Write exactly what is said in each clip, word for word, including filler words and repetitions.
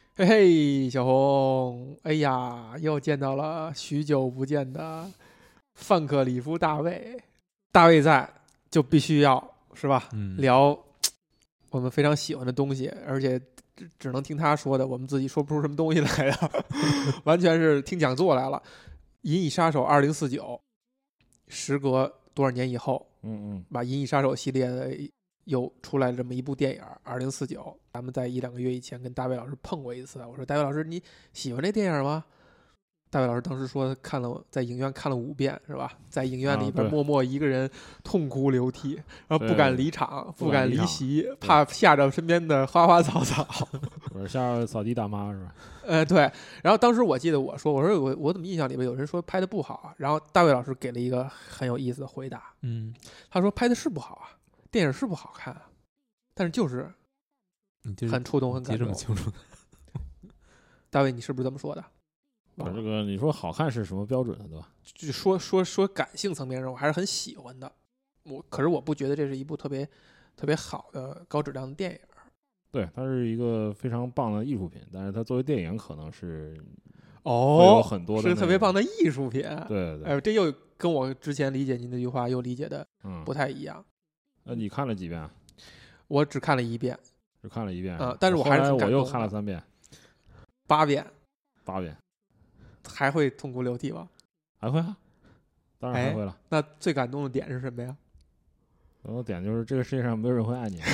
嘿嘿，小红，哎呀，又见到了许久不见的范克里夫大卫。大卫在就必须要是吧、嗯、聊我们非常喜欢的东西，而且只能听他说的，我们自己说不出什么东西来的完全是听讲座来了。银翼杀手二零四九，时隔多少年以后， 嗯嗯， 把银翼杀手系列又出来这么一部电影二零四九，咱们在一两个月以前跟大卫老师碰过一次，我说大卫老师你喜欢这电影吗？大卫老师当时说看了，在影院看了五遍是吧，在影院里边默默一个人痛哭流涕，然后不敢离场，不敢离席，怕吓着身边的花花草草我吓着扫地大妈是吧？ 呃对，然后当时我记得我说我说我我怎么印象里边有人说拍的不好啊，然后大卫老师给了一个很有意思的回答， 嗯， 他说拍的是不好啊，电影是不好看啊，但是就是很触动很感动。大卫你是不是这么说的？ 这个你说好看是什么标准的，对吧？ 就说说说感性层面上，我还是很喜欢的。我可是我不觉得这是一部特别特别好的高质量的电影。 对，它是一个非常棒的艺术品，但是它作为电影可能是哦， 有很多的、那个、 是特别棒的艺术品。 对对， 哎，这又跟我之前理解您那句话又理解的不太一样。 那、嗯、你看了几遍？ 我只看了一遍， 只看了一遍啊、嗯，但是我还是很感动的。 我又看了三遍， 八遍， 八遍。 还会痛哭流涕吗？ 还会啊，当然还会了、哎。 那最感动的点是什么呀？ 感动的点就是这个世界上没有人会爱你。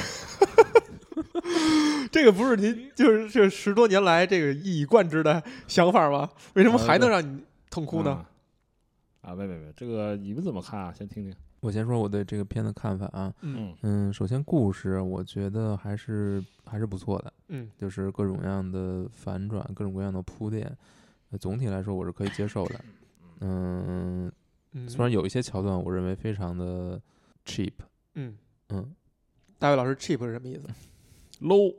这个不是您就是这十多年来这个一以贯之的想法吗？为什么还能让你痛哭呢？ 啊，没没没，这个你们怎么看啊？先听听。 我先说我对这个片的看法啊。 嗯嗯，首先故事我觉得还是还是不错的。 嗯， 就是各种各样的反转，各种各样的铺垫。总体来说我是可以接受的，嗯，虽然有一些桥段我认为非常的 cheap， 嗯嗯， 大卫老师 cheap 是什么意思 ？low，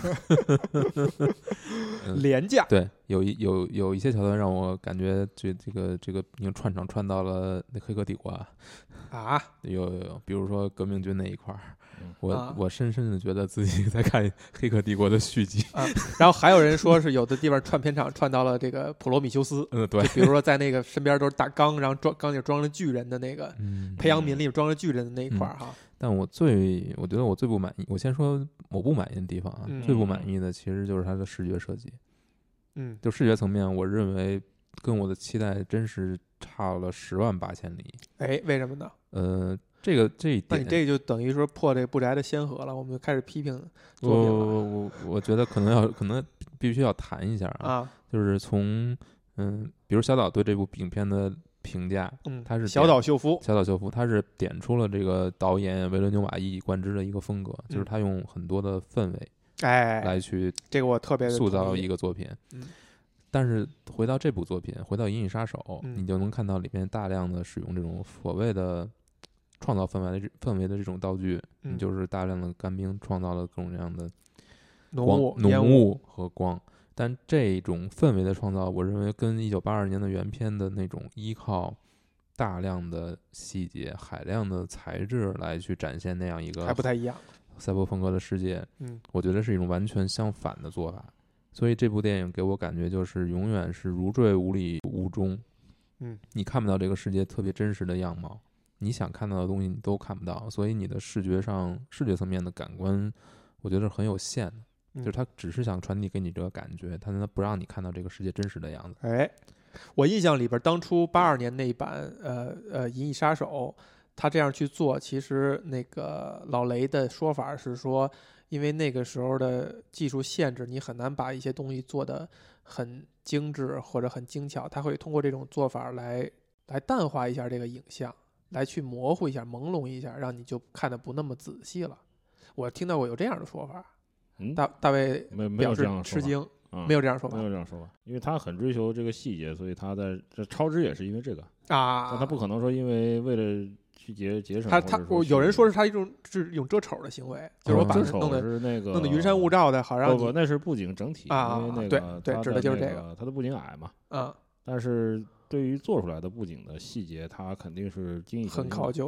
廉价。 对，有一有有一些桥段让我感觉这这个这个已经串场串到了那黑客帝国啊， 有有有，比如说革命军那一块儿。我、 啊、 我深深的觉得自己在看《黑客帝国》的续集啊，然后还有人说是有的地方串片场串到了这个普罗米修斯， 嗯，对， 比如说在那个身边都是大缸，然后装缸里装着巨人的那个， 嗯， 培养皿里装着巨人的那一块哈、 嗯。但我最我觉得我最不满意，我先说我不满意的地方啊， 嗯、 最不满意的其实就是它的视觉设计， 嗯， 就视觉层面，我认为跟我的期待真是差了十万八千里。 哎，为什么呢？ 呃。这个这一点， 那你这个就等于说破这个不宅的先河了，我们就开始批评作品了。 我我我觉得可能要可能必须要谈一下啊， 啊就是从嗯，比如小岛对这部影片的评价， 嗯， 他是小岛秀夫， 小岛秀夫他是点出了这个导演维伦纽瓦一以贯之的一个风格，嗯、就是他用很多的氛围， 哎， 来去这个我特别塑造一个作品。 嗯， 但是回到这部作品，回到《银翼杀手》， 嗯， 你就能看到里面大量的使用这种所谓的。创造氛围的氛围的这种道具， 嗯、 你就是大量的干冰创造了各种各样的浓雾、 浓雾和光。但这种氛围的创造，我认为跟一九八二年的原片的那种依靠大量的细节、海量的材质来去展现那样一个还不太一样赛博风格的世界， 嗯， 我觉得是一种完全相反的做法。所以这部电影给我感觉就是永远是如坠无里无终， 嗯， 你看不到这个世界特别真实的样貌。你想看到的东西你都看不到，所以你的视觉上视觉层面的感官我觉得是很有限的、嗯、就是他只是想传递给你这个感觉，他不让你看到这个世界真实的样子。 哎，我印象里边当初八二年那一版呃呃银翼杀手他这样去做，其实那个老雷的说法是说因为那个时候的技术限制，你很难把一些东西做得很精致或者很精巧，他会通过这种做法来来淡化一下这个影像，来去模糊一下、朦胧一下，让你就看得不那么仔细了。我听到过有这样的说法， 嗯、 大大卫表示吃惊， 嗯、 没有这样说法， 没有这样说法，因为他很追求这个细节，所以他在这超支也是因为这个啊， 但他不可能说因为为了去节节省， 他他我有人说是他一种是一种遮丑的行为，就是我把它弄得是那个弄得云山雾罩的，好让你不不那是布景整体啊， 因为那个对对，指的就是这个，他的布景矮嘛， 啊， 但是对于做出来的布景的细节，它肯定是精益很考究的。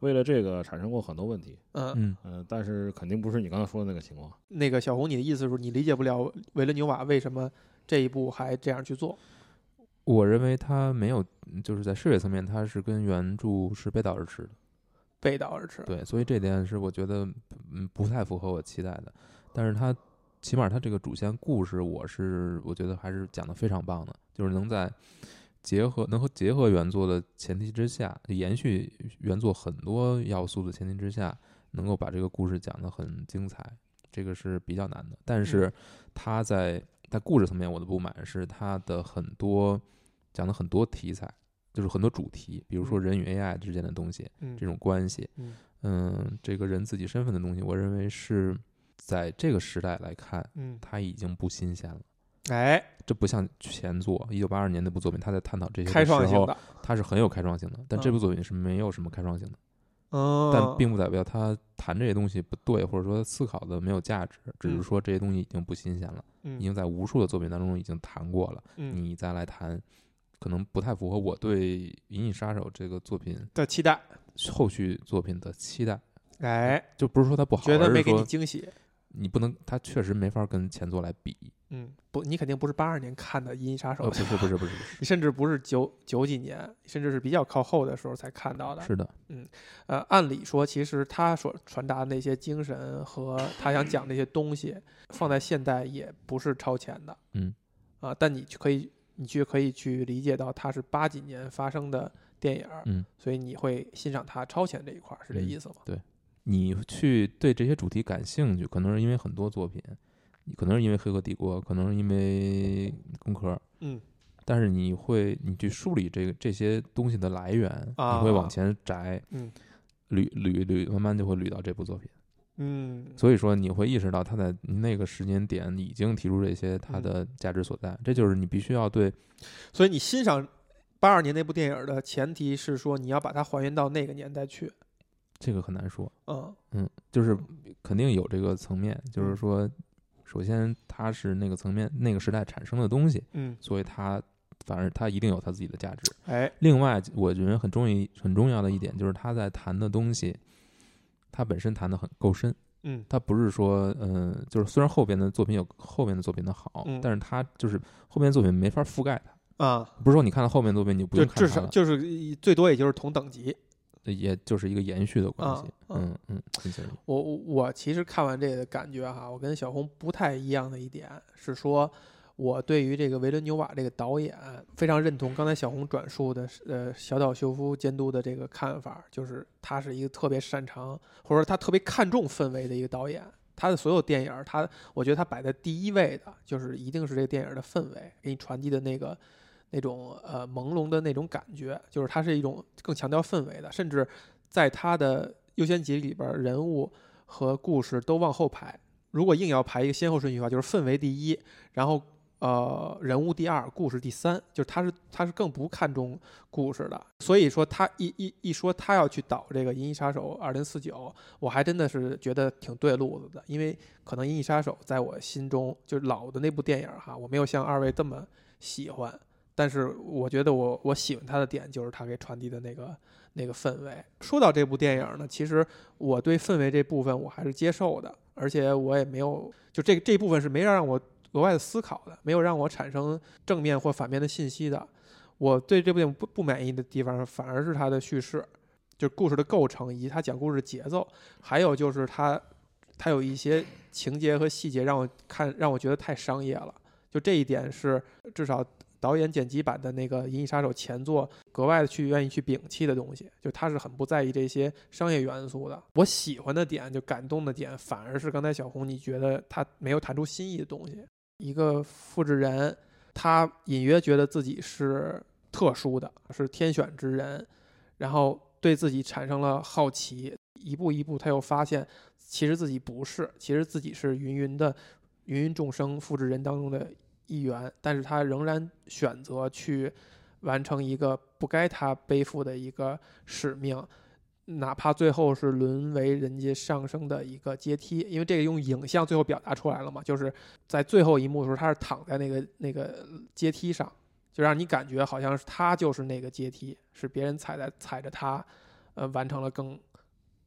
为了这个产生过很多问题。 嗯嗯嗯、但是肯定不是你刚才说的那个情况。 那个小红，你的意思是你理解不了维伦纽瓦为什么这一部还这样去做？ 我认为他没有，就是在视觉层面，他是跟原著是背道而驰的。 背道而驰。 对，所以这点是我觉得嗯不太符合我期待的。但是他起码他这个主线故事，我是我觉得还是讲的非常棒的，就是能在结合能和结合原作的前提之下，延续原作很多要素的前提之下，能够把这个故事讲得很精彩，这个是比较难的。但是他在在故事层面，我的不满是他的很多讲的很多题材，就是很多主题，比如说人与 A I 之间的东西， 嗯这种关系， 嗯嗯，这个人自己身份的东西，我认为是在这个时代来看， 嗯， 它已经不新鲜了。 哎， 这不像前作一九八二年那部作品，他在探讨这些开的时候， 创性的， 它是很有开创性的。但这部嗯作品是没有什么开创性的， 嗯， 但并不代表他谈这些东西不对，或者说思考的没有价值，只是说这些东西已经不新鲜了， 嗯已经在无数的作品当中已经谈过了。 嗯你再来谈，可能不太符合我对《银翼杀手》这个作品的期待， 后续作品的期待。 哎， 就不是说它不好， 觉得没给你而是说惊喜。 你不能，它确实没法跟前作来比。 嗯，不，你肯定不是八二年看的《银翼杀手》 呃，不是不是不是不你甚至不是九九几年，甚至是比较靠后的时候才看到的。 是，是的， 呃，按理说，其实他所传达的那些精神和他想讲那些东西，放在现代也不是超前的。 嗯， 啊，但你可以，你却可以去理解到它是八几年发生的电影， 嗯， 所以你会欣赏它超前这一块，是这嗯意思吗？ 对，你去对这些主题感兴趣，可能是因为很多作品，可能是因为《黑客帝国》，可能是因为《攻壳》， 嗯， 但是你会，你去梳理这个这些东西的来源， 啊你会往前摘， 嗯捋捋捋，慢慢就会捋到这部作品。 嗯， 所以说，你会意识到他在那个时间点已经提出这些他的价值所在，这就是你必须要对。 所以你欣赏八二年那部电影的前提是说，你要把它还原到那个年代去。 这个很难说， 嗯嗯，就是肯定有这个层面，就是说，首先它是那个层面、那个时代产生的东西， 嗯， 所以它反而它一定有它自己的价值。 哎， 另外，我觉得很重要、很重要的一点就是他在谈的东西，他本身谈的很够深。 嗯他不是说，嗯、呃，就是虽然后边的作品有后边的作品的好， 嗯但是他就是后边的作品没法覆盖它。 啊， 不是说你看到后面作品你就不就至用看它了， 少就是最多也就是同等级。 也就是一个延续的关系。 啊啊嗯嗯，仅此而已。 我我其实看完这个的感觉哈，我跟小红不太一样的一点是说，我对于这个维伦纽瓦这个导演非常认同刚才小红转述的呃小岛秀夫监督的这个看法，就是他是一个特别擅长或者说他特别看重氛围的一个导演。他的所有电影，他我觉得他摆在第一位的就是一定是这个电影的氛围，给你传递的那个那种呃朦胧的那种感觉，就是它是一种更强调氛围的，甚至在他的优先级里边，人物和故事都往后排。如果硬要排一个先后顺序的话，就是氛围第一，然后呃人物第二，故事第三，就是他是他是更不看重故事的。所以说他一一一说他要去导这个《银翼杀手二零四九》，我还真的是觉得挺对路子的，因为可能《银翼杀手》在我心中就是老的那部电影哈，我没有像二位这么喜欢。但是我觉得我我喜欢他的点就是他给传递的那个那个氛围。说到这部电影呢，其实我对氛围这部分我还是接受的，而且我也没有就这这部分是没让我额外的思考的，没有让我产生正面或反面的信息的。我对这部电影不不满意的地方反而是它的叙事，就是故事的构成以及它讲故事的节奏，还有就是它它有一些情节和细节让我看让我觉得太商业了。就这一点是至少导演剪辑版的那个《银翼杀手》前作格外的去愿意去摒弃的东西，就他是很不在意这些商业元素的。我喜欢的点，就感动的点，反而是刚才小红你觉得他没有谈出新意的东西。一个复制人，他隐约觉得自己是特殊的，是天选之人，然后对自己产生了好奇，一步一步他又发现，其实自己不是，其实自己是芸芸的芸芸众生复制人当中的一员，但是他仍然选择去完成一个不该他背负的一个使命，哪怕最后是沦为人家上升的一个阶梯。因为这个用影像最后表达出来了嘛，就是在最后一幕的时候他是躺在那个那个阶梯上，就让你感觉好像是他就是那个阶梯，是别人踩在踩着他呃完成了更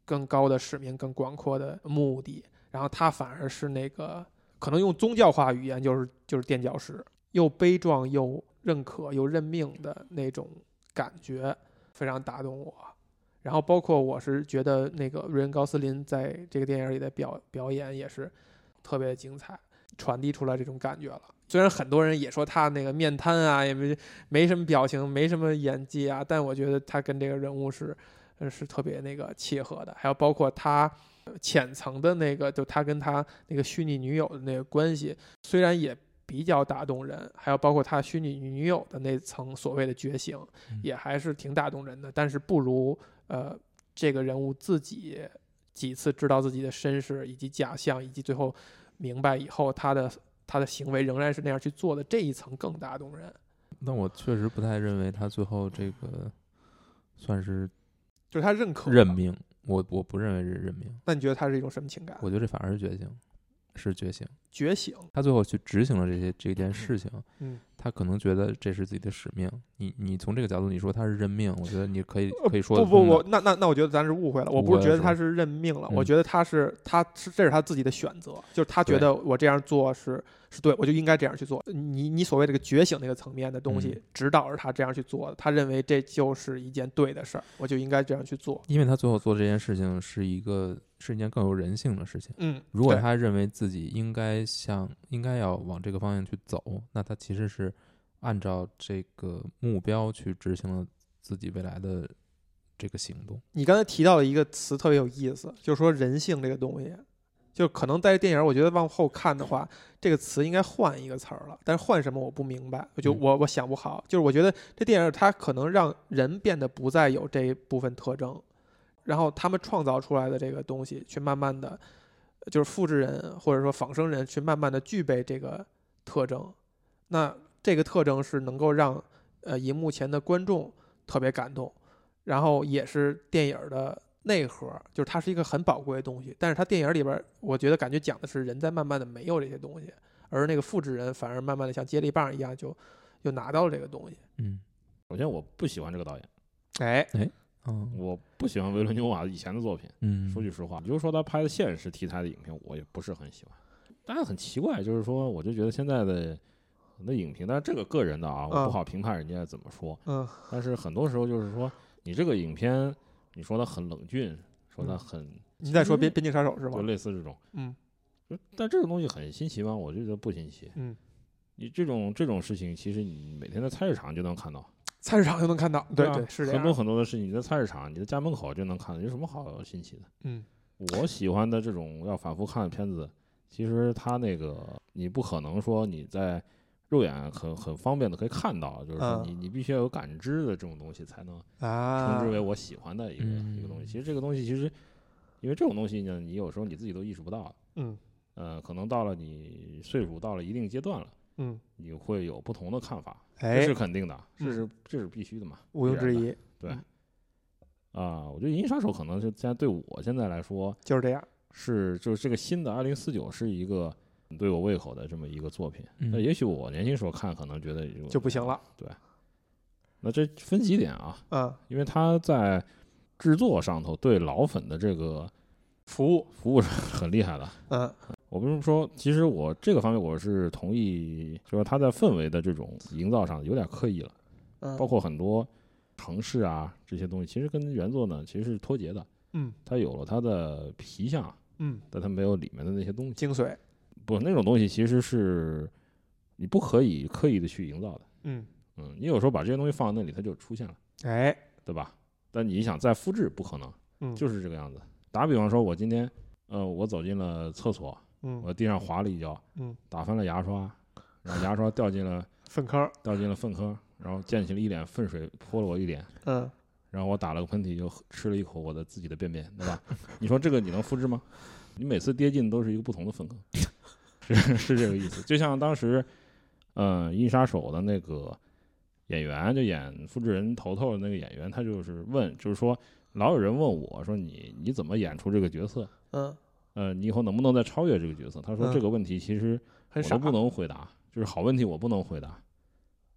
更高的使命、更广阔的目的，然后他反而是那个可能用宗教化语言就是就是垫脚石，又悲壮又认可又认命的那种感觉，非常打动我。然后包括我是觉得那个瑞恩·高斯林在这个电影里的表表演也是特别精彩，传递出来这种感觉了。虽然很多人也说他那个面瘫啊，也没没什么表情，没什么演技啊，但我觉得他跟这个人物是是特别那个契合的。还有包括他浅层的那个，就他跟他那个虚拟女友的那个关系，虽然也比较打动人，还有包括他虚拟女友的那层所谓的觉醒，也还是挺打动人的。但是不如呃这个人物自己几次知道自己的身世以及假象，以及最后明白以后他的他的行为仍然是那样去做的这一层更打动人。 但我确实不太认为他最后这个算是就是他认可认命，我我不认为是认命。 那你觉得他是一种什么情感？ 我觉得这反而是觉醒，是觉醒。 觉醒， 他最后去执行了这些这件事情， 嗯， 他可能觉得这是自己的使命。你你从这个角度，你说他是认命，我觉得你可以可以说不不不，那那那我觉得咱是误会了。我不是觉得他是认命了， 嗯、 我觉得他是他是这是他自己的选择，就是他觉得我这样做是是对，我就应该这样去做。你你所谓这个觉醒那个层面的东西， 嗯、 指导着他这样去做的，他认为这就是一件对的事儿，我就应该这样去做。 因为他最后做这件事情是一个是一件更有人性的事情。 嗯， 如果他认为自己应该向应该要往这个方向去走，那他其实是按照这个目标去执行了自己未来的这个行动。 你刚才提到了一个词特别有意思，就是说人性这个东西，就可能在电影我觉得往后看的话，这个词应该换一个词儿了，但是换什么我不明白，我就我我想不好。就是我觉得这电影它可能让人变得不再有这一部分特征，然后他们创造出来的这个东西去慢慢的就是复制人或者说仿生人去慢慢的具备这个特征，那这个特征是能够让呃荧幕前的观众特别感动，然后也是电影的内核，就是它是一个很宝贵的东西。但是它电影里边我觉得感觉讲的是人在慢慢的没有这些东西，而那个复制人反而慢慢的像接力棒一样就就拿到了这个东西。 嗯，首先我不喜欢这个导演， 哎哎，嗯， 我不喜欢维伦纽瓦以前的作品。 嗯， 说句实话，比如说他拍的现实题材的影片，我也不是很喜欢。但是很奇怪，就是说，我就觉得现在的很多影评，但是这个个人的啊，我不好评判人家怎么说。 嗯。 但是很多时候就是说，你这个影片，你说它很冷峻，说它很…… 你在说边边境杀手是吗？ 就类似这种。 嗯。 但这个东西很新奇吗？我就觉得不新奇。 嗯。 你这种这种事情，其实你每天在菜市场就能看到。 菜市场就能看到，对 对, 对，是这样。 很多很多的事情，你在菜市场、你的家门口就能看到，有什么好新奇的？ 嗯。 我喜欢的这种要反复看的片子。其实它那个你不可能说你在肉眼很很方便的可以看到，就是说你、嗯、你必须要有感知的这种东西才能称之为我喜欢的一个、啊、一个东西。其实这个东西其实因为这种东西呢，你有时候你自己都意识不到。 嗯， 呃，可能到了你岁数到了一定阶段了， 嗯， 你会有不同的看法， 哎， 这是肯定的，这是这是必须的嘛， 毋庸置疑。 对，啊、嗯呃，我觉得《银翼杀手》可能是现在对我现在来说就是这样。 是，就是这个新的二零四九是一个对我胃口的这么一个作品。那、 嗯、 也许我年轻时候看，可能觉得就不行了。 对，那这分几点啊？ 嗯， 因为他在制作上头对老粉的这个服务服务是很厉害的。 嗯， 我不是说，其实我这个方面我是同意，就是他在氛围的这种营造上有点刻意了。 嗯， 包括很多城市啊这些东西，其实跟原作呢其实是脱节的。 嗯， 它有了它的皮相。 嗯， 但它没有里面的那些东西精髓， 不，那种东西其实是你不可以刻意的去营造的。 嗯嗯，你有时候把这些东西放在那里，它就出现了， 哎， 对吧？但你想再复制，不可能， 嗯， 就是这个样子。打比方说，我今天，呃，我走进了厕所， 嗯， 我地上滑了一跤， 嗯， 打翻了牙刷，然后牙刷掉进了粪坑， 掉进了粪坑，然后溅起了一脸粪水，泼了我一脸， 嗯。 然后我打了个喷嚏，就吃了一口我的自己的便便，对吧？你说这个你能复制吗？你每次跌进都是一个不同的粪坑，是是这个意思。就像当时，嗯，《银翼杀手》的那个演员，就演复制人头头的那个演员，他就是问，就是说，老有人问我说你你怎么演出这个角色？ 嗯， 呃，你以后能不能再超越这个角色？他说这个问题其实我都不能回答，就是好问题我不能回答。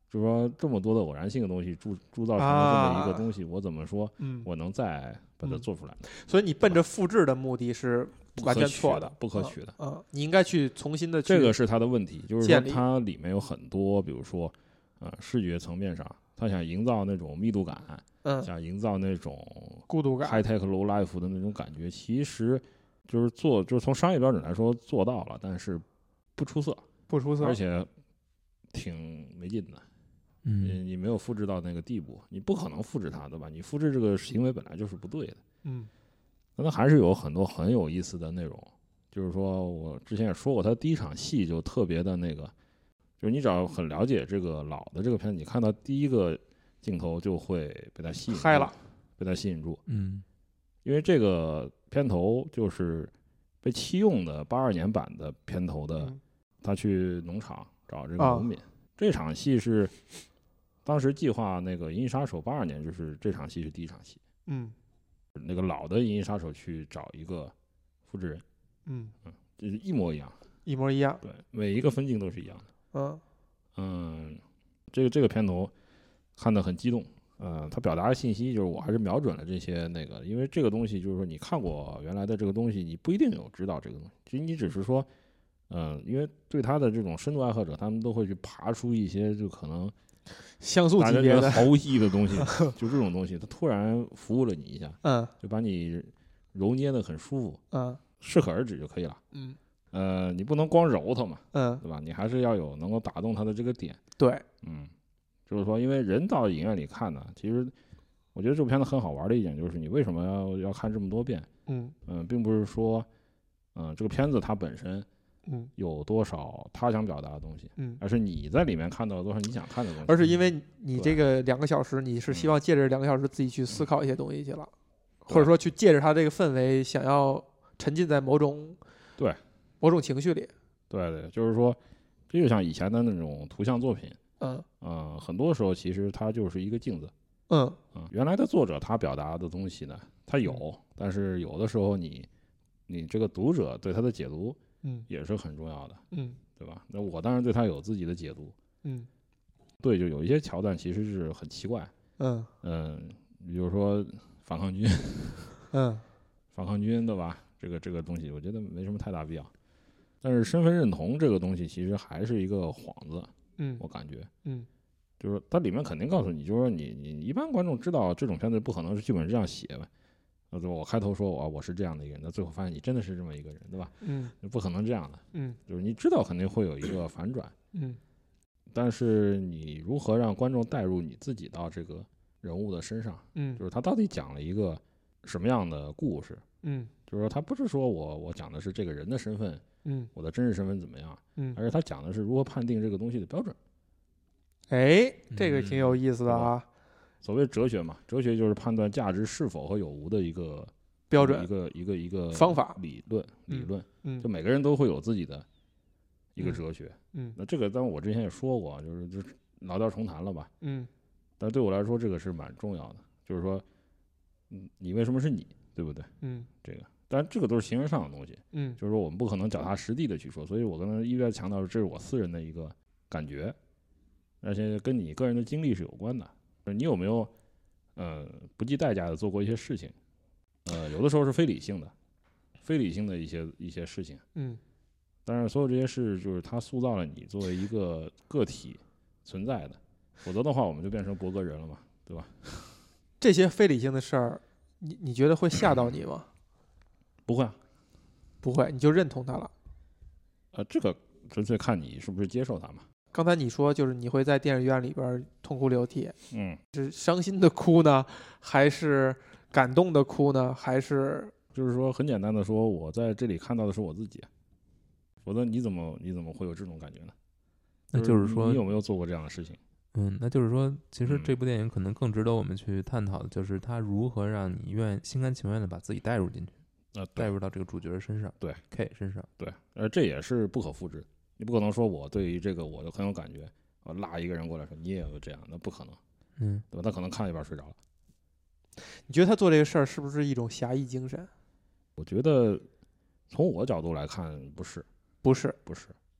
就是说这么多的偶然性的东西铸铸造成了这么一个东西，啊、我怎么说， 嗯， 我能再把它做出来？ 嗯、所以你奔着复制的目的是完全错的， 不可取的。 嗯，嗯你应该去重新的去。 这个是它的问题，就是说它里面有很多，比如说，呃，视觉层面上，它想营造那种密度感， 嗯， 想营造那种孤独感 ，high tech low life 的那种感觉，其实就是做，就是从商业标准来说做到了，但是不出色， 不出色， 而且挺没劲的。 嗯， 你你没有复制到那个地步，你不可能复制它，对吧？你复制这个行为本来就是不对的。 嗯， 那它还是有很多很有意思的内容。就是说我之前也说过，它第一场戏就特别的那个，就是你只要很了解这个老的这个片子，你看到第一个镜头就会被它吸引住， 嗨了， 被它吸引住。 嗯， 因为这个片头就是被弃用的八二年版的片头的， 嗯、 他去农场找这个农民。啊、这场戏是当时计划那个《银翼杀手》八二年，就是这场戏是第一场戏。 嗯， 那个老的《银翼杀手》去找一个复制人。 嗯嗯，就是一模一样， 一模一样， 对，每一个分镜都是一样的。 嗯嗯，这个这个片头看得很激动，呃，它表达的信息就是我还是瞄准了这些那个，因为这个东西就是说你看过原来的这个东西，你不一定有知道这个东西，其实你只是说，嗯、呃，因为对他的这种深度爱好者，他们都会去爬出一些就可能像素级别的毫无意义的东西，就这种东西，它突然服务了你一下， 嗯， 就把你揉捏得很舒服， 嗯。 适可而止就可以了。 嗯， 呃，你不能光揉它嘛， 嗯， 对吧？你还是要有能够打动它的这个点。 对， 嗯，就是说，因为人到影院里看呢，其实我觉得这部片子很好玩的一点就是，你为什么要要看这么多遍？ 嗯嗯、呃，并不是说，嗯、呃，这个片子它本身， 嗯， 有多少他想表达的东西， 嗯， 而是你在里面看到多少你想看的东西， 而是因为你这个两个小时，你是希望借着两个小时自己去思考一些东西去了， 嗯、 或者说去借着它这个氛围想要。沉浸在某种对某种情绪里， 对对，就是说，这就像以前的那种图像作品， 嗯嗯、呃，很多时候其实它就是一个镜子， 嗯嗯，原来的作者他表达的东西呢，他有，但是有的时候你你这个读者对他的解读， 嗯， 也是很重要的， 嗯， 对吧？那我当然对他有自己的解读， 嗯， 对，就有一些桥段其实是很奇怪， 嗯嗯，比如说反抗军， 嗯， 反抗军，对吧？这个这个东西，我觉得没什么太大必要。但是身份认同这个东西，其实还是一个幌子。 嗯， 我感觉， 嗯， 就是它里面肯定告诉你，就是说你你一般观众知道这种片子不可能是剧本这样写呗。那我开头说我我是这样的一个人，那最后发现你真的是这么一个人，对吧？ 嗯， 不可能这样的。 嗯， 就是你知道肯定会有一个反转。 嗯， 但是你如何让观众带入你自己到这个人物的身上？ 嗯， 就是他到底讲了一个什么样的故事？ 嗯， 就是说他不是说我我讲的是这个人的身份， 嗯， 我的真实身份怎么样， 嗯， 而是他讲的是如何判定这个东西的标准。 哎，这个挺有意思的啊。 嗯、所谓哲学嘛，哲学就是判断价值是否和有无的一个标准， 一个一个一个方法、 理论、理论。 嗯， 就每个人都会有自己的一个哲学。 嗯， 那这个当然我之前也说过，就是就是老调重弹了吧。 嗯， 但对我来说，这个是蛮重要的，就是说，嗯，你为什么是你？对不对？ 嗯， 这个，当然这个都是形而上的东西， 嗯， 就是说我们不可能脚踏实地的去说，所以我刚才一直在强调，这是我私人的一个感觉，而且跟你个人的经历是有关的。你有没有，呃，不计代价的做过一些事情？呃，有的时候是非理性的，非理性的一些一些事情， 嗯， 但是所有这些事就是它塑造了你作为一个个体存在的，否则的话我们就变成博格人了嘛，对吧？ 这些非理性的事儿。你你觉得会吓到你吗？ 不会啊， 不会，你就认同它了。 呃，这个纯粹看你是不是接受它嘛。 刚才你说就是你会在电影院里边痛哭流涕， 嗯， 是伤心的哭呢，还是感动的哭呢？还是就是说很简单的说，我在这里看到的是我自己，否则你怎么你怎么会有这种感觉呢？ 那就是说， 你有没有做过这样的事情？ 嗯，那就是说，其实这部电影可能更值得我们去探讨的，就是它如何让你愿心甘情愿的把自己带入进去， 啊， 带入到这个主角身上， 对 K 身上， 对，呃，这也是不可复制。你不可能说我对于这个我就很有感觉，我拉一个人过来说你也有这样，那不可能， 嗯， 对吧？他可能看了一半睡着了。 你觉得他做这个事儿是不是一种侠义精神？ 我觉得从我角度来看，不是， 不是， 不是。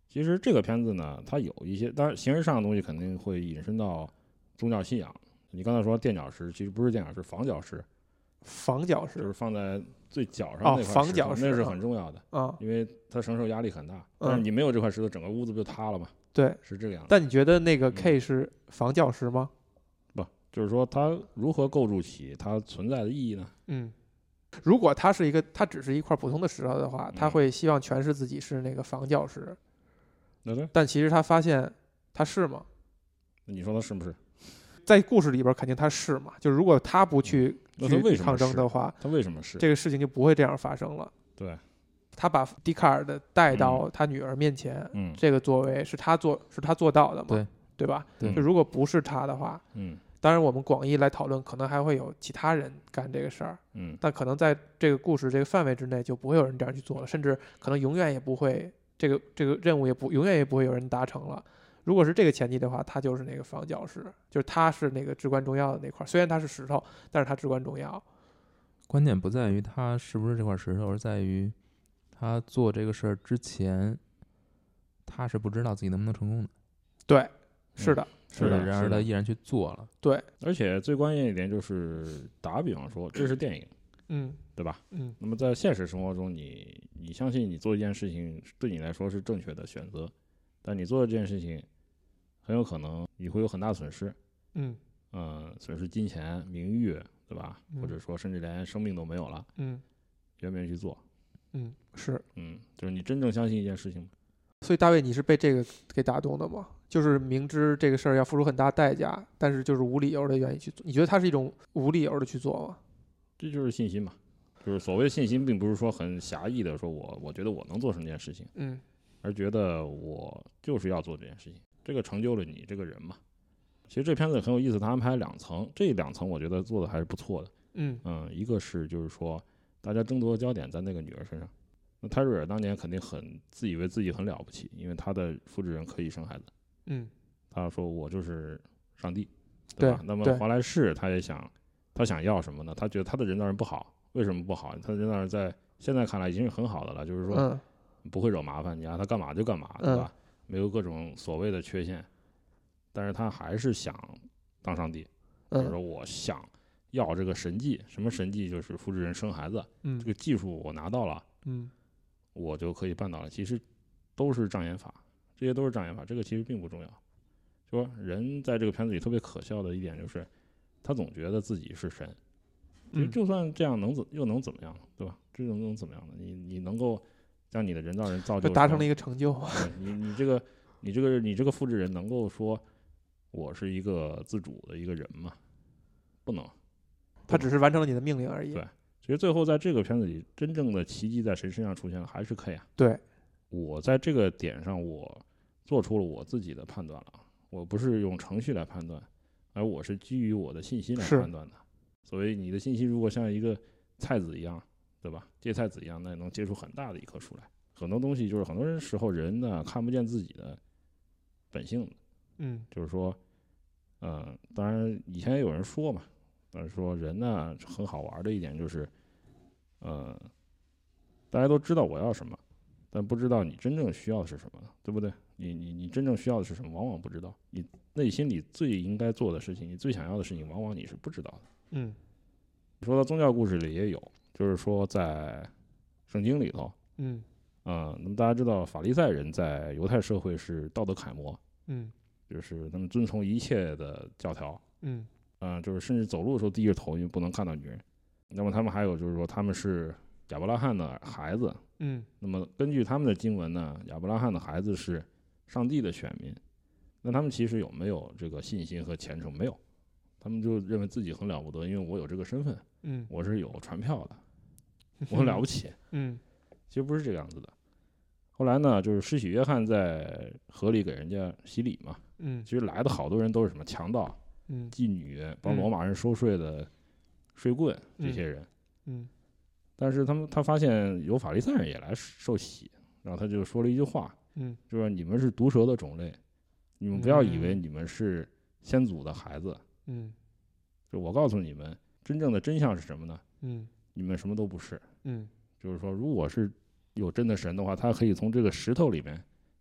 其实这个片子呢，它有一些，当然形式上的东西肯定会引申到宗教信仰。你刚才说垫脚石，其实不是垫脚石，房脚石。 房脚石就是放在最脚上哦， 那块石头， 房脚石那是很重要的啊， 因为它承受压力很大。 嗯但是你没有这块石头，整个屋子不就塌了吗？ 对， 是这个样子。 但你觉得那个嗯 K 是房脚石吗？ 不，就是说它如何构筑起它存在的意义呢？ 嗯，如果它是一个，它只是一块普通的石头的话，他嗯会希望诠释自己是那个房脚石， 那对， 但其实他发现他是吗？ 你说它是不是？ 在故事里边肯定他是嘛，就如果他不去那它为什么去抗争是的话， 它为什么是？ 这个事情就不会这样发生了。 对， 他把笛卡尔的带到他女儿面前， 嗯， 这个作为是他做是他做到的嘛？ 对， 对吧？ 对就如果不是他的话， 嗯当然我们广义来讨论，可能还会有其他人干这个事儿， 嗯但可能在这个故事这个范围之内，就不会有人这样去做了，甚至可能永远也不会这个这个任务也不永远也不会有人达成了。如果是这个前提的话，他就是那个房脚石，就是他是那个至关重要的那块，虽然他是石头，但是他至关重要。 关键不在于他是不是这块石头，而在于他做这个事儿之前，他是不知道自己能不能成功的。 对，是的，是的， 是的然而他依然去做了。 对， 而且最关键一点就是，打个比方说，这是电影， 嗯对吧？ 嗯那么在现实生活中你，你相信你做一件事情对你来说是正确的选择，但你做的这件事情很有可能你会有很大损失， 嗯嗯，损失金钱、名誉，对吧？ 嗯或者说甚至连生命都没有了， 嗯愿不愿意去做？ 嗯，是。 嗯，就是你真正相信一件事情吗？ 所以大卫，你是被这个给打动的吗？就是明知这个事儿要付出很大代价，但是就是无理由的愿意去做。你觉得它是一种无理由的去做吗？ 这就是信心嘛。就是所谓的信心，并不是说很狭义的说我我觉得我能做成这件事情， 嗯而觉得我就是要做这件事情，这个成就了你这个人嘛。其实这片子很有意思，它安排两层，这两层我觉得做的还是不错的。 嗯嗯，一个是就是说大家争夺焦点在那个女儿身上。那泰瑞尔当年肯定很自以为自己很了不起，因为他的复制人可以生孩子。 嗯他说我就是上帝， 对吧？那么对华莱士他也想，他想要什么呢？他觉得他的人造人不好，为什么不好？他的人造人在现在看来已经是很好的了，就是说嗯不会惹麻烦，你让他干嘛就干嘛，对吧？没有各种所谓的缺陷，但是他还是想当上帝，就是说嗯我想要这个神迹，什么神迹？就是复制人生孩子， 嗯这个技术我拿到了， 嗯我就可以办到了。其实都是障眼法，这些都是障眼法，这个其实并不重要。就说人在这个片子里特别可笑的一点就是，他总觉得自己是神，就嗯就算这样能怎又能怎么样，对吧？这种能怎么样呢？你你能够将你的人造人造就成达成了一个成就。 对你你这个你这个你这个复制人能够说我是一个自主的一个人吗？不能， 他只是完成了你的命令而已。 对其实最后在这个片子里，真正的奇迹在谁身上出现了？还是 K 啊。 对， 我在这个点上，我做出了我自己的判断了。我不是用程序来判断，而我是基于我的信息来是判断的。所谓你的信息如果像一个菜籽一样，对吧？芥菜籽一样，那能结出很大的一棵树来。很多东西就是很多人时候人呢看不见自己的本性的， 嗯就是说，呃，当然以前也有人说嘛，但是说人呢很好玩的一点就是，呃，大家都知道我要什么，但不知道你真正需要的是什么，对不对？你你你真正需要的是什么，往往不知道。你内心里最应该做的事情，你最想要的事情，往往你是不知道的。 嗯说到宗教故事里也有，就是说在圣经里头， 嗯呃，那么大家知道法利赛人在犹太社会是道德楷模， 嗯就是他们遵从一切的教条， 嗯嗯、呃，就是甚至走路的时候低着头，因为不能看到女人。那么他们还有就是说他们是亚伯拉罕的孩子， 嗯那么根据他们的经文呢，亚伯拉罕的孩子是上帝的选民。那他们其实有没有这个信心和虔诚？没有，他们就认为自己很了不得，因为我有这个身份， 嗯， 我是有传票的，我很了不起。 嗯其实不是这个样子的。后来呢，就是施洗约翰在河里给人家洗礼嘛。 嗯其实来的好多人都是什么强盗、 嗯妓女，帮罗马人收税的税棍这些人。 嗯但是他们他发现有法利赛人也来受洗，然后他就说了一句话， 嗯就说你们是毒蛇的种类，你们不要以为你们是先祖的孩子。 嗯就我告诉你们，真正的真相是什么呢？ 嗯你们什么都不是。 嗯就是说，如果是有真的神的话，他可以从这个石头里面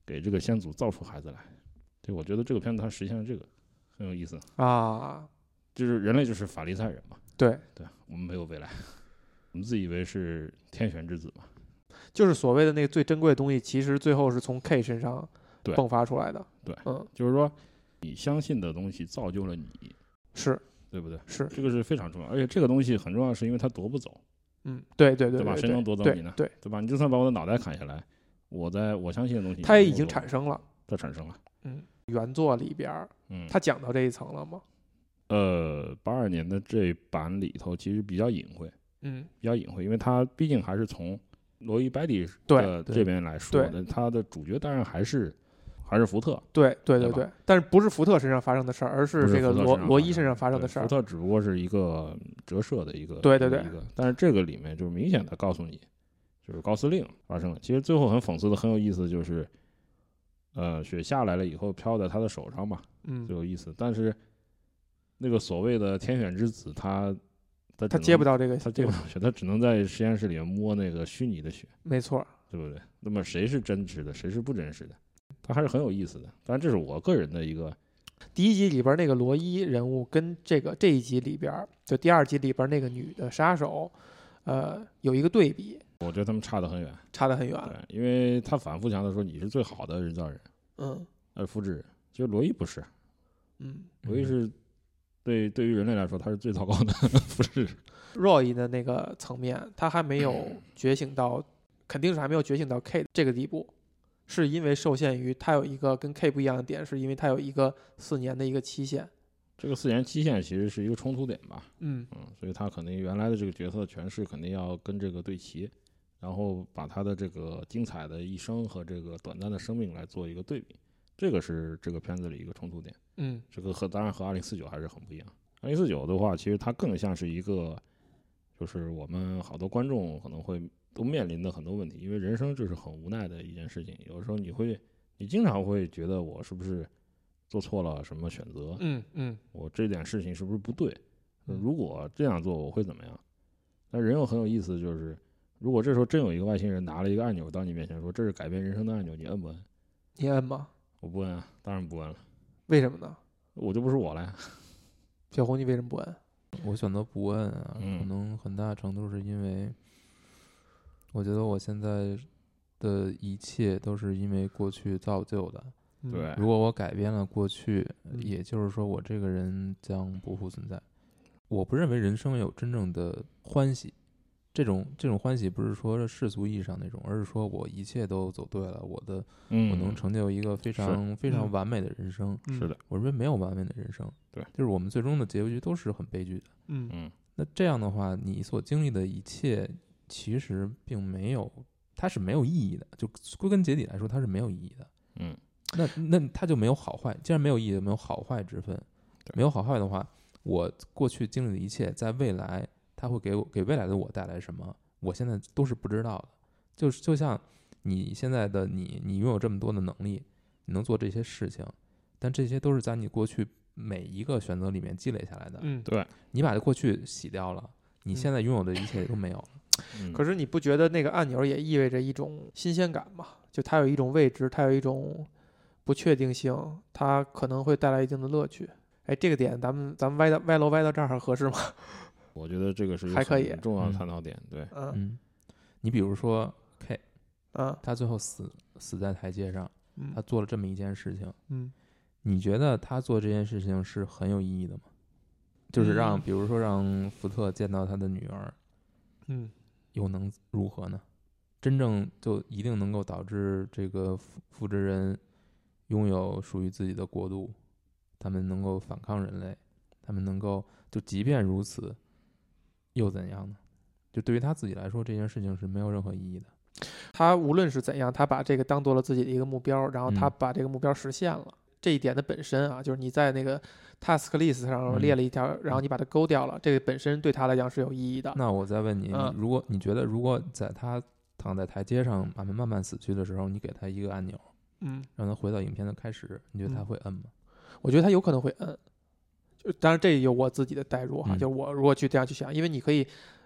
给这个先祖造出孩子来。对，我觉得这个片子它实现了这个，很有意思啊。 就是人类就是法利赛人嘛， 对对，我们没有未来，我们自以为是天选之子嘛。 就是所谓的那个最珍贵的东西，其实最后是从 K 身上迸发出来的。 对， 嗯， 就是说你相信的东西造就了你， 是， 对不对？ 是， 这个是非常重要，而且这个东西很重要，是因为它夺不走。 嗯，对对对， 对吧？谁能夺走你呢？ 对， 对吧？你就算把我的脑袋砍下来，我在我相信的东西， 它也已经产生了， 它产生了。 嗯，原作里边，嗯，它讲到这一层了吗？ 呃，八二年的这版里头其实比较隐晦， 嗯， 比较隐晦，因为它毕竟还是从罗伊·白迪的这边来说的，他的主角当然还是还是福特。 对对对 对, 对，但是不是福特身上发生的事儿，而是这个罗罗伊身上发生的事儿。 福特只不过是一个折射的一个， 对对对， 一个，但是这个里面就是明显的告诉你，就是高司令发生了。其实最后很讽刺的，很有意思，就是呃，雪下来了以后飘在他的手上嘛，嗯，最有意思。但是那个所谓的天选之子，他他他接不到这个， 他接不到雪，他只能在实验室里面摸那个虚拟的雪， 没错， 对不对？那么谁是真实的，谁是不真实的？它还是很有意思的，当然这是我个人的一个。 第一集里边那个罗伊人物跟这个这一集里边，就第二集里边那个女的杀手，呃，有一个对比。 我觉得他们差得很远， 差得很远。 对，因为他反复强调说你是最好的人造人， 嗯， 而复制人，其实罗伊不是， 嗯， 罗伊是对对于人类来说他是最糟糕的复制人。 Roy 的那个层面，他还没有觉醒到，肯定是还没有觉醒到 K 这个地步。是因为受限于它有一个跟 K 不一样的点，是因为它有一个四年的一个期限。 这个四年期限其实是一个冲突点吧， 嗯嗯，所以他肯定原来的这个角色诠释肯定要跟这个对齐，然后把他的这个精彩的一生和这个短暂的生命来做一个对比，这个是这个片子里一个冲突点。 嗯， 这个和当然和二零四九还是很不一样。二零四九的话，其实它更像是一个，就是我们好多观众可能会。都面临的很多问题，因为人生就是很无奈的一件事情。有时候你会，你经常会觉得我是不是做错了什么选择？ 嗯嗯， 我这点事情是不是不对？如果这样做，我会怎么样？但人又很有意思，就是如果这时候真有一个外星人拿了一个按钮到你面前，说这是改变人生的按钮，你摁不摁？ 你摁吗？ 我不摁啊，当然不摁了。 为什么呢？ 我就不是我了呀。 小红，你为什么不摁？ 我选择不摁啊， 嗯、 可能很大程度是因为。我觉得我现在的一切都是因为过去造就的。 对， 如果我改变了过去，也就是说我这个人将不复存在。我不认为人生有真正的欢喜，这种这种欢喜不是说世俗意义上那种，而是说我一切都走对了，我的、嗯、我能成就一个非常非常完美的人生。 是的， 我认为没有完美的人生， 对， 就是我们最终的结局都是很悲剧的。 嗯嗯， 那这样的话，你所经历的一切。其实并没有，它是没有意义的。就归根结底来说，它是没有意义的。 嗯， 那那它就没有好坏。既然没有意义，没有好坏之分。没有好坏的话，我过去经历的一切，在未来它会给我给未来的我带来什么？我现在都是不知道的。就是就像你现在的你，你拥有这么多的能力，你能做这些事情，但这些都是在你过去每一个选择里面积累下来的。 嗯， 对， 你把这过去洗掉了，你现在拥有的一切都没有了。 嗯、 可是你不觉得那个按钮也意味着一种新鲜感吗？就它有一种未知，它有一种不确定性，它可能会带来一定的乐趣。哎，这个点咱们咱们歪到歪楼歪到这儿合适吗？ 我觉得这个是还可以很重要的探讨点。对， 嗯嗯，你比如说 K， 嗯， 他最后死死在台阶上， 嗯， 他做了这么一件事情， 嗯， 你觉得他做这件事情是很有意义的吗？就是让， 嗯、 比如说让福特见到他的女儿， 嗯。 又能如何呢？真正就一定能够导致这个复复制人拥有属于自己的国度，他们能够反抗人类，他们能够就即便如此，又怎样呢？就对于他自己来说，这件事情是没有任何意义的。 他无论是怎样，他把这个当做了自己的一个目标，然后他把这个目标实现了。嗯、这一点的本身啊，就是你在那个 task list 上列了一条，嗯、然后你把它勾掉了，这个本身对他来讲是有意义的。 那我再问你， 嗯、 你如果你觉得如果在他躺在台阶上慢慢慢慢死去的时候，你给他一个按钮， 嗯， 让他回到影片的开始，你觉得他会摁吗？ 嗯、我觉得他有可能会摁。就当然这有我自己的代入哈， 嗯、 就我如果去这样去想，因为你可以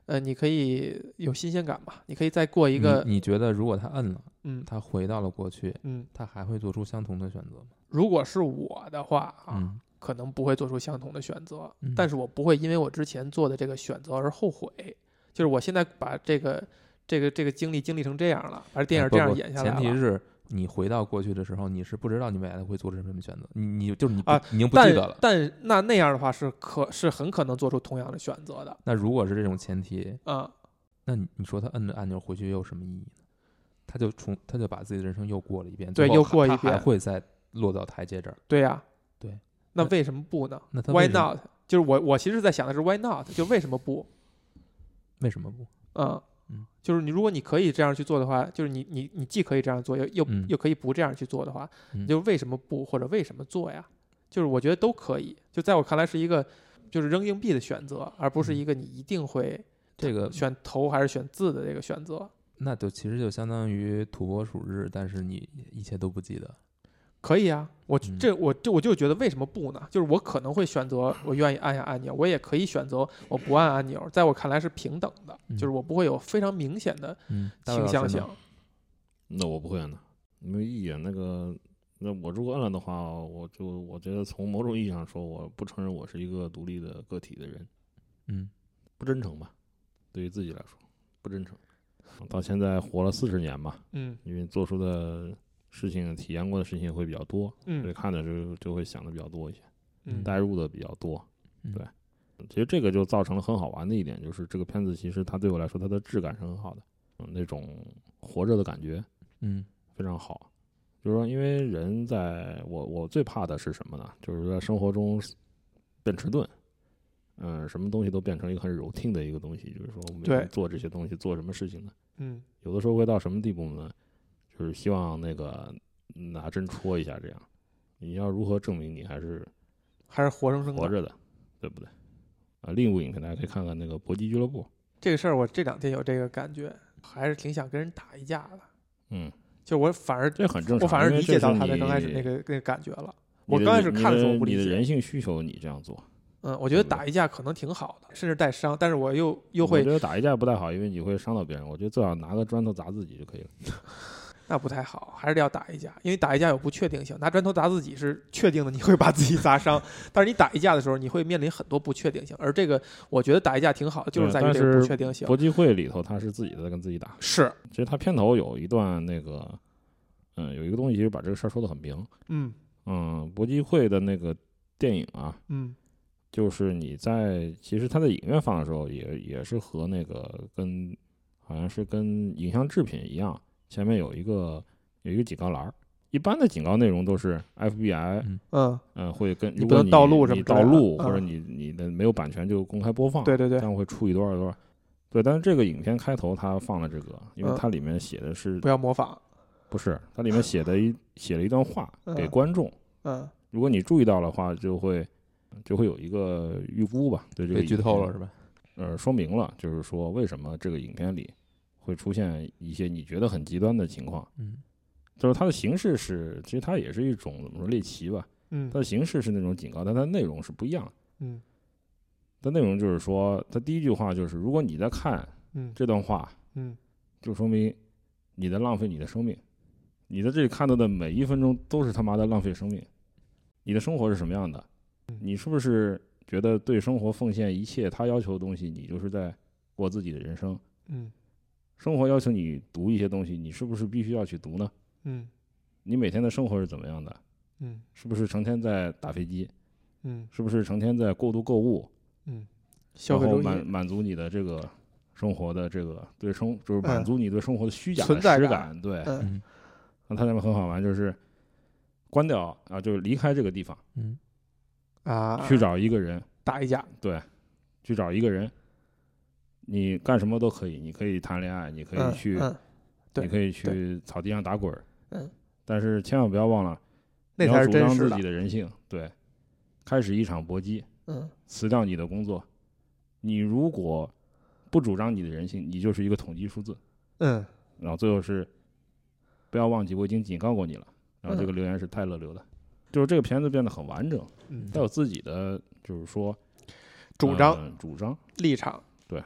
呃，你可以有新鲜感嘛，你可以再过一个， 你, 你觉得如果他摁了， 嗯， 他回到了过去， 嗯， 他还会做出相同的选择吗？ 如果是我的话啊， 嗯， 可能不会做出相同的选择， 嗯， 但是我不会因为我之前做的这个选择而后悔。就是我现在把这个这个这个经历经历成这样了，把电影这样演下来了。 前提是你回到过去的时候，你是不知道你未来会做出什么选择，你你就是你啊， 你已经不记得了。 但但那那样的话是可是很可能做出同样的选择的。 那如果是这种前提， 啊、嗯， 那你你说他摁着按钮回去又有什么意义呢？他就重他就把自己的人生又过了一遍， 对，又过一遍， 他还会再落到台阶这儿。 对呀、啊， 对。 那为什么不呢？ 那他 Why not？ 就是我我其实在想的是 Why not？ 就为什么不？ 为什么不？ 嗯。 嗯， 就是你，如果你可以这样去做的话，就是你你你既可以这样做，又又、 嗯、 又可以不这样去做的话， 嗯、 你就为什么不或者为什么做呀？就是我觉得都可以，就在我看来是一个就是扔硬币的选择，而不是一个你一定会这个选头还是选字的这个选择。 那就其实就相当于土拨鼠日，但是你一切都不记得。 可以啊，我嗯、 这我这我就觉得为什么不呢？就是我可能会选择我愿意按下按钮，我也可以选择我不按按钮，在我看来是平等的， 嗯、 就是我不会有非常明显的倾向性。 嗯、那我不会按的，没有意义。那个，那我如果按了的话，我就我觉得从某种意义上说，我不承认我是一个独立的个体的人， 嗯， 不真诚吧？对于自己来说，不真诚。到现在活了四十年吧， 嗯， 因为做出的事情、体验过的事情会比较多， 嗯， 所以看的时候就会想的比较多一些， 嗯， 代入的比较多， 嗯、 对。其实这个就造成了很好玩的一点，就是这个片子其实它对我来说，它的质感是很好的，嗯，那种活着的感觉， 嗯， 非常好。就是说，因为人在我我最怕的是什么呢？就是在生活中变迟钝，嗯，什么东西都变成一个很 routine 的一个东西，就是说我们每天做这些东西，做什么事情呢？ 嗯， 有的时候会到什么地步呢？就是希望那个拿针戳一下，这样，你要如何证明你还是还是活生生活着的，对不对？啊，另一部影片大家可以看看那个《搏击俱乐部》。 这个事儿我这两天有这个感觉，还是挺想跟人打一架的。 嗯， 就我反而这很正常， 我反而理解到他的刚开始那个那个感觉了。我刚开始看的时候我不理解， 你的人性需求你这样做。 嗯，我觉得打一架可能挺好的，甚至带伤，但是我又又会我觉得打一架不太好，因为你会伤到别人。我觉得最好拿个砖头砸自己就可以了。 那不太好，还是要打一架，因为打一架有不确定性。拿砖头砸自己是确定的，你会把自己砸伤，但是你打一架的时候，你会面临很多不确定性。而这个，我觉得打一架挺好的，就是在于这个不确定性。 搏击会里头，他是自己在跟自己打。 是， 其实他片头有一段那个，嗯，有一个东西其实把这个事儿说得很明。 嗯嗯，搏击会的那个电影啊， 嗯， 就是你在其实他在影院放的时候也，也也是和那个跟好像是跟影像制品一样。前面有一个有一个警告栏，一般的警告内容都是 F B I， 嗯嗯、呃、会跟你不能盗录什么， 你盗录、 嗯、 或者你你的没有版权就公开播放， 对对对， 这样会处以多少多少。对，但是这个影片开头它放了这个，因为它里面写的是、 嗯、不要模仿， 不是，它里面写的一写了一段话给观众， 嗯， 如果你注意到的话，就会就会有一个预估吧，对这个被剧透了是吧？ 呃，说明了，就是说为什么这个影片里会出现一些你觉得很极端的情况， 嗯， 就是它的形式是，其实它也是一种怎么说猎奇吧， 嗯， 它的形式是那种警告，但它的内容是不一样的， 嗯， 它内容就是说，它第一句话就是，如果你在看这段话， 嗯， 就说明你在浪费你的生命，你在这里看到的每一分钟都是他妈的浪费生命，你的生活是什么样的？你是不是觉得对生活奉献一切他要求的东西，你就是在过自己的人生？ 嗯。 生活要求你读一些东西，你是不是必须要去读呢？ 嗯， 你每天的生活是怎么样的？ 嗯， 是不是成天在打飞机？ 嗯， 是不是成天在过度购物？ 嗯， 然后满满足你的这个生活的这个对生，就是满足你对生活的虚假的实感。 嗯、 对， 嗯， 那他那边很好玩，就是关掉啊，就是离开这个地方， 嗯， 啊， 去找一个人打一架， 对，去找一个人。你干什么都可以，你可以谈恋爱，你可以去， 嗯嗯、 你可以去草地上打滚， 嗯， 但是千万不要忘了， 那才是真实的。 你要主张自己的人性，对，开始一场搏击， 嗯， 辞掉你的工作，你如果不主张你的人性，你就是一个统计数字， 嗯， 然后最后是，不要忘记我已经警告过你了，然后这个留言是泰勒留的，嗯、就是这个片子变得很完整， 嗯， 它有自己的就是说主张、 呃、主张立场。 对，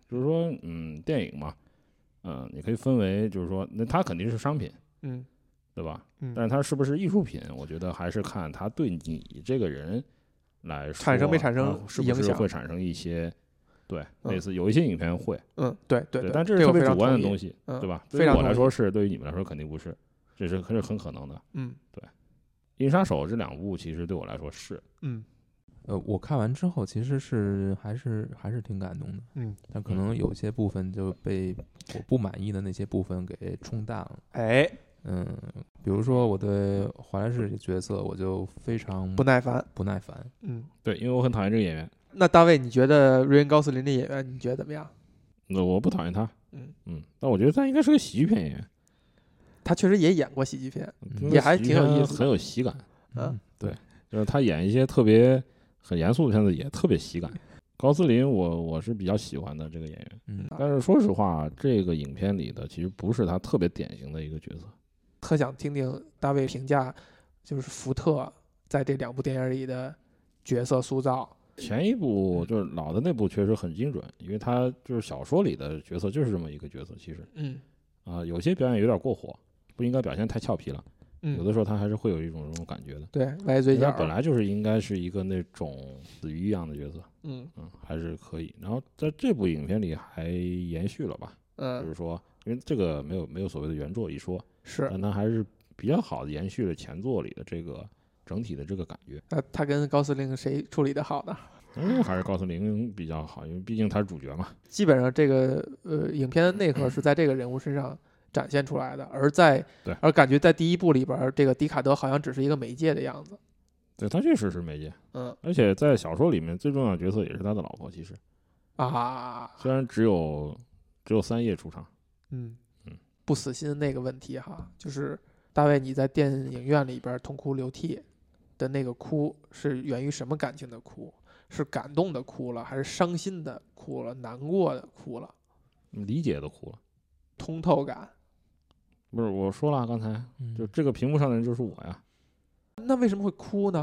就是说，嗯，电影嘛，嗯、呃，你可以分为，就是说，那它肯定是商品， 嗯， 对吧？ 嗯， 但是它是不是艺术品，我觉得还是看它对你这个人来说产生没产生是不影响， 是会产生一些。对， 嗯、 类似有一些影片会， 嗯，对对对，但这是特别主观的东西， 嗯、 对吧？ 对于我来说是，对于你们来说肯定不是，这是这是很可能的。 嗯， 对，《银杀手》这两部其实对我来说是， 嗯， 呃，我看完之后其实是还是还是挺感动的， 嗯， 但可能有些部分就被我不满意的那些部分给冲淡了。 哎， 嗯，比如说我对华莱士这个角色，我就非常不耐烦， 不耐烦。 嗯， 对，因为我很讨厌这个演员。 那大卫，你觉得瑞恩·高斯林的演员你觉得怎么样？ 那我不讨厌他， 嗯嗯，但我觉得他应该是个喜剧片演员。 他确实也演过喜剧片， 嗯、 也还挺有意思， 很有喜感。 嗯， 对，就是他演一些特别很严肃的片子也特别喜感。高斯林我我是比较喜欢的这个演员， 嗯， 但是说实话，这个影片里的其实不是他特别典型的一个角色。 特想听听大卫评价，就是福特在这两部电影里的角色塑造。 前一部就是老的那部确实很精准，因为他就是小说里的角色就是这么一个角色，其实， 嗯， 啊、呃，有些表演有点过火，不应该表现太俏皮了。 嗯， 有的时候他还是会有一种这种感觉的。 对，歪嘴角。 他本来就是应该是一个那种死鱼一样的角色。 嗯嗯，还是可以。然后在这部影片里还延续了吧？ 嗯， 就是说，因为这个没有没有所谓的原作一说， 是， 但他还是比较好的延续了前作里的这个整体的这个感觉。 那他跟高司令谁处理的好呢？ 嗯，还是高司令比较好，因为毕竟他是主角嘛。 基本上这个呃影片的内核是在这个人物身上展现出来的，而在对， 而感觉在第一部里边，这个迪卡德好像只是一个媒介的样子。 对，他确实是媒介， 嗯， 而且在小说里面最重要的角色也是他的老婆，其实啊， 虽然只有只有三页出场。 嗯嗯， 不死心那个问题哈，就是大卫你在电影院里边痛哭流涕的那个哭是源于什么感情的哭？是感动的哭了，还是伤心的哭了，难过的哭了？ 理解的哭了， 通透感。 不是我说了，刚才嗯就这个屏幕上的人就是我呀。 那为什么会哭呢？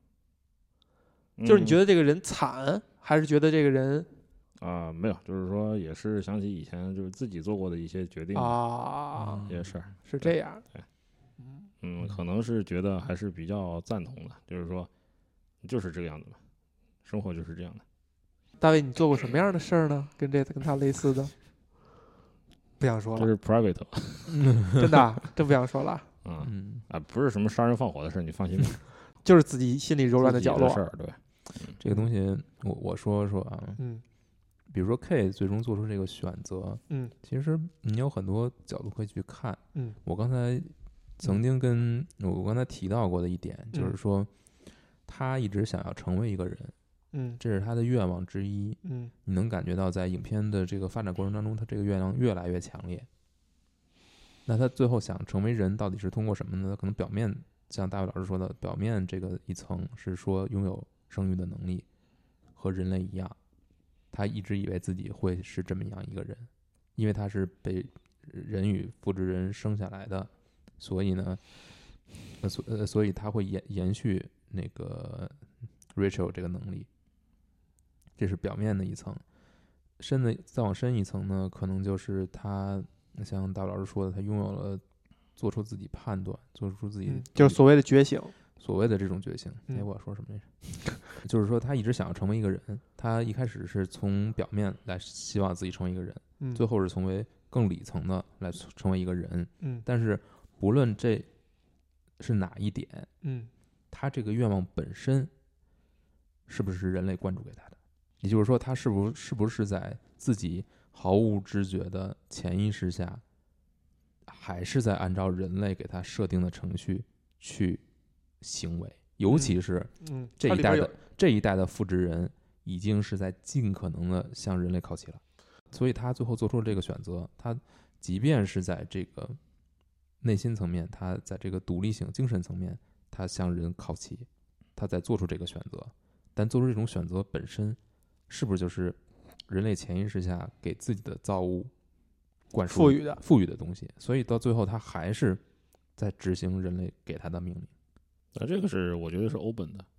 就是你觉得得这个人惨，还是觉得这个人啊、呃，没有，就是说也是想起以前就是自己做过的一些决定啊， 一些事儿， 是这样。 对，嗯，可能是觉得还是比较赞同的，就是说就是这个样子嘛，生活就是这样的。 大卫，你做过什么样的事儿呢？跟这跟他类似的？不想说了， 这是 private， 真的、啊，真不想说了。 嗯嗯啊，不是什么杀人放火的事，你放心吧。 就是自己心里柔软的角落事儿，对。 这个东西我我说说啊， 嗯， 比如说 K 最终做出这个选择， 嗯， 其实你有很多角度可以去看， 嗯， 我刚才曾经跟、嗯、我刚才提到过的一点， 嗯、 就是说他一直想要成为一个人， 嗯， 这是他的愿望之一， 嗯， 你能感觉到在影片的这个发展过程当中，他这个愿望越来越强烈。那他最后想成为人，到底是通过什么呢？可能表面像大卫老师说的，表面这个一层是说拥有生育的能力，和人类一样，他一直以为自己会是这么样一个人，因为他是被人与复制人生下来的，所以呢，呃所呃所以他会延延续那个 Rachel 这个能力，这是表面的一层。深的再往深一层呢，可能就是他像大卫老师说的，他拥有了做出自己判断，做出自己、 嗯、就是所谓的觉醒。 所谓的这种觉醒，哎，我要说什么来着？就是说，他一直想要成为一个人。他一开始是从表面来希望自己成为一个人， 嗯、 最后是从为更里层的来成为一个人。 嗯， 但是不论这是哪一点， 嗯， 他这个愿望本身是不是人类灌注给他的？也就是说，他是不是不是在自己毫无知觉的潜意识下，还是在按照人类给他设定的程序去行为？尤其是这一代的、嗯嗯、这一代的复制人已经是在尽可能的向人类靠齐了，所以他最后做出了这个选择。他即便是在这个内心层面，他在这个独立性、精神层面，他向人靠齐，他在做出这个选择。但做出这种选择本身，是不是就是人类潜意识下给自己的造物灌输赋予的赋予的东西？所以到最后，他还是在执行人类给他的命令。 啊，这个是我觉得是欧本的，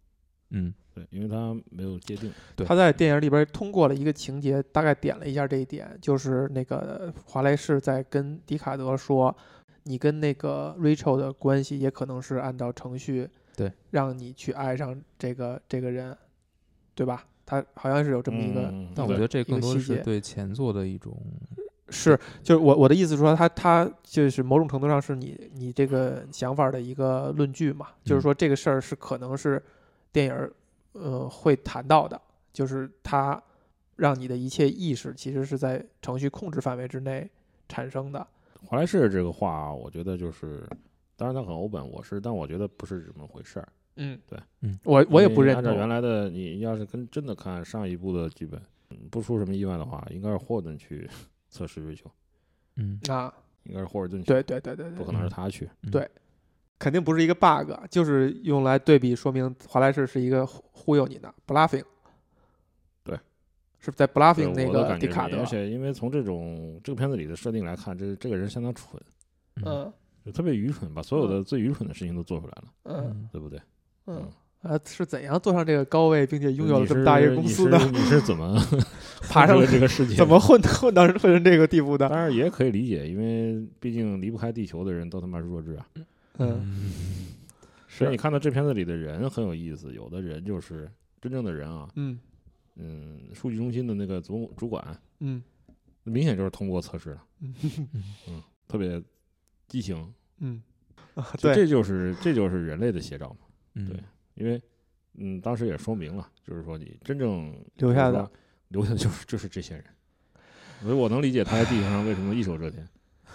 嗯， 对，因为他没有界定。 对他在电影里边通过了一个情节，大概点了一下这一点，就是那个华莱士在跟迪卡德说，你跟那个 Rachel 的关系也可能是按照程序， 对， 让你去爱上这个这个人，对吧？他好像是有这么一个， 嗯、 但我觉得这更多的一个细节是对前作的一种， 是，就是我我的意思是说他，他就是某种程度上是你你这个想法的一个论据嘛，就是说这个事儿是可能是电影呃会谈到的，就是他让你的一切意识其实是在程序控制范围之内产生的。 华莱士这个话，我觉得就是，当然他很欧本，我是，但我觉得不是这么回事儿。 嗯， 对， 嗯，我我也不认同。 按照原来的，你要是跟真的看上一部的剧本，不出什么意外的话，应该是霍尔顿去测试追求。 嗯啊， 应该是霍尔顿去， 对对对对对， 不可能是他去。 嗯、 对，肯定不是一个 bug， 就是用来对比说明华莱士是一个忽悠你的 bluffing。 对， 是在 bluffing 那个迪卡德。 而且因为从这种这个片子里的设定来看，这这个人相当蠢， 嗯， 就特别愚蠢，把所有的最愚蠢的事情都做出来了， 嗯， 对不对？ 嗯。啊，是怎样坐上这个高位，并且拥有了这么大一个公司的？你是怎么爬上这个世界？ 怎么混混到混成这个地步的？ 当然也可以理解，因为毕竟离不开地球的人都他妈是弱智啊。 嗯， 所以你看到这片子里的人很有意思，有的人就是真正的人啊， 嗯嗯，数据中心的那个主主管， 嗯， 明显就是通过测试的， 嗯嗯，特别畸形， 嗯， 对，这就是这就是人类的写照嘛， 嗯、 对。因为，嗯，当时也说明了，就是说你真正留下的， 留下的就是就是这些人，所以我能理解他在地球上为什么一手遮天，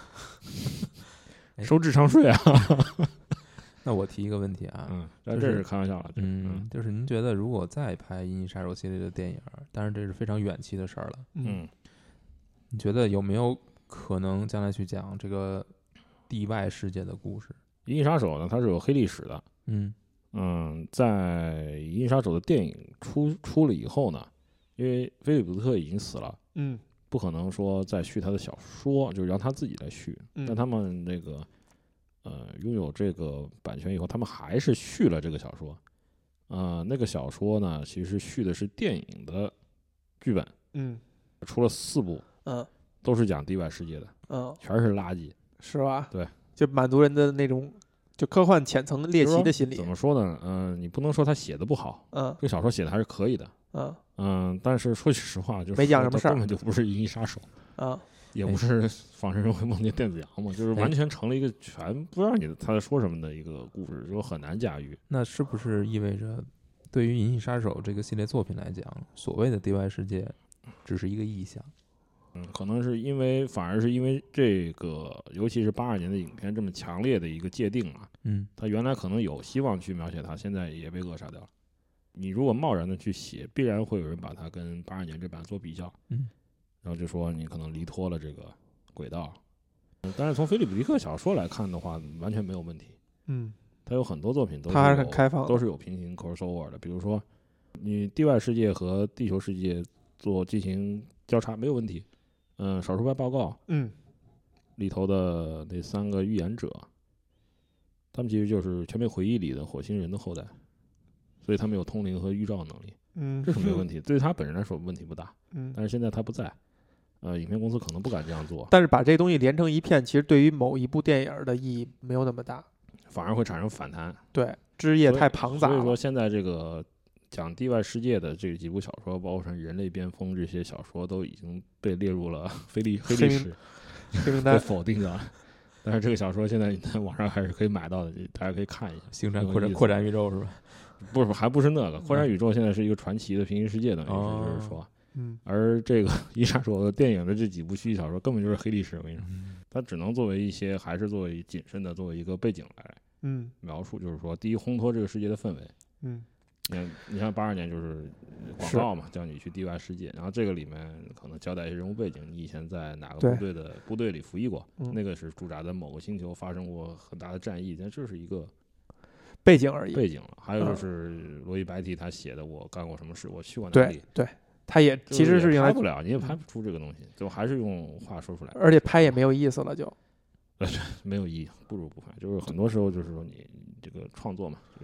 收智商税啊。 那我提一个问题啊， 嗯，但这是开玩笑了， 嗯，就是您觉得如果再拍《银翼杀手》系列的电影，当然这是非常远期的事儿了， 嗯， 你觉得有没有可能将来去讲这个地外世界的故事？ 银翼杀手呢，它是有黑历史的， 嗯。 嗯，在《银翼杀手》的电影出出了以后呢，因为菲利普特已经死了， 嗯， 不可能说再续他的小说，就让他自己来续。 嗯、 但他们那个呃拥有这个版权以后，他们还是续了这个小说。呃，那个小说呢，其实续的是电影的剧本， 嗯， 出了四部， 嗯， 都是讲地外世界的， 嗯， 全是垃圾， 是吧？ 对， 就满足人的那种。就科幻浅层猎奇的心理， 怎么说呢？嗯、呃，你不能说他写的不好， 嗯， 这个小说写的还是可以的， 嗯嗯，但是说句实话，就是没讲什么事儿， 根本就不是《银翼杀手》， 啊， 也不是《仿生人会梦见电子羊》嘛，就是完全成了一个全不知道你他在说什么的一个故事，就很难驾驭。 那是不是意味着，对于《银翼杀手》这个系列作品来讲，所谓的地外世界只是一个意象？ 嗯，可能是因为，反而是因为这个，尤其是八二年的影片这么强烈的一个界定啊， 嗯， 他原来可能有希望去描写它，现在也被扼杀掉了。你如果贸然的去写，必然会有人把它跟八二年这版做比较， 嗯， 然后就说你可能离脱了这个轨道。嗯，但是从菲利普迪克小说来看的话，完全没有问题。 嗯， 他有很多作品都是他还是很开放， 都是有平行 crossover 的，比如说你地外世界和地球世界做进行交叉没有问题。嗯，少数派报告， 嗯， 里头的那三个预言者，他们其实就是《全面回忆》里的火星人的后代，所以他们有通灵和预兆能力， 嗯， 这是没有问题，对他本人来说问题不大， 嗯， 但是现在他不在，呃，影片公司可能不敢这样做， 但是把这东西连成一片，其实对于某一部电影的意义没有那么大， 反而会产生反弹， 对，枝叶太庞杂了， 所以说现在这个。讲地外世界的这几部小说，包括像《人类边锋》这些小说，都已经被列入了非历黑历史黑名单， 被否定了。但是这个小说现在在网上还是可以买到的，大家可以看一下。 星战扩展扩展宇宙是吧？ 不是，还不是那个扩展宇宙，现在是一个传奇的平行世界的， 哦、 就是说， 嗯， 而这个《银翼杀手》的电影的这几部续集小说根本就是黑历史。我跟你说， 嗯、 它只能作为一些，还是作为谨慎的，作为一个背景来， 嗯， 描述，就是说，第一，烘托这个世界的氛围， 嗯。 你看，你像八二年就是广告嘛，叫你去地外世界，然后这个里面可能交代一些人物背景，你以前在哪个部队的部队里服役过， 嗯、 那个是驻扎在某个星球发生过很大的战役，但这是一个背景而已。 背景了，还有就是罗伊白提他写的我干过什么事，我去过哪里， 对对，他也其实是拍不了，你也拍不出这个东西，就还是用话说出来， 而且拍也没有意思了就， 就没有意义，不如不拍。就是很多时候就是说你这个创作嘛，就是。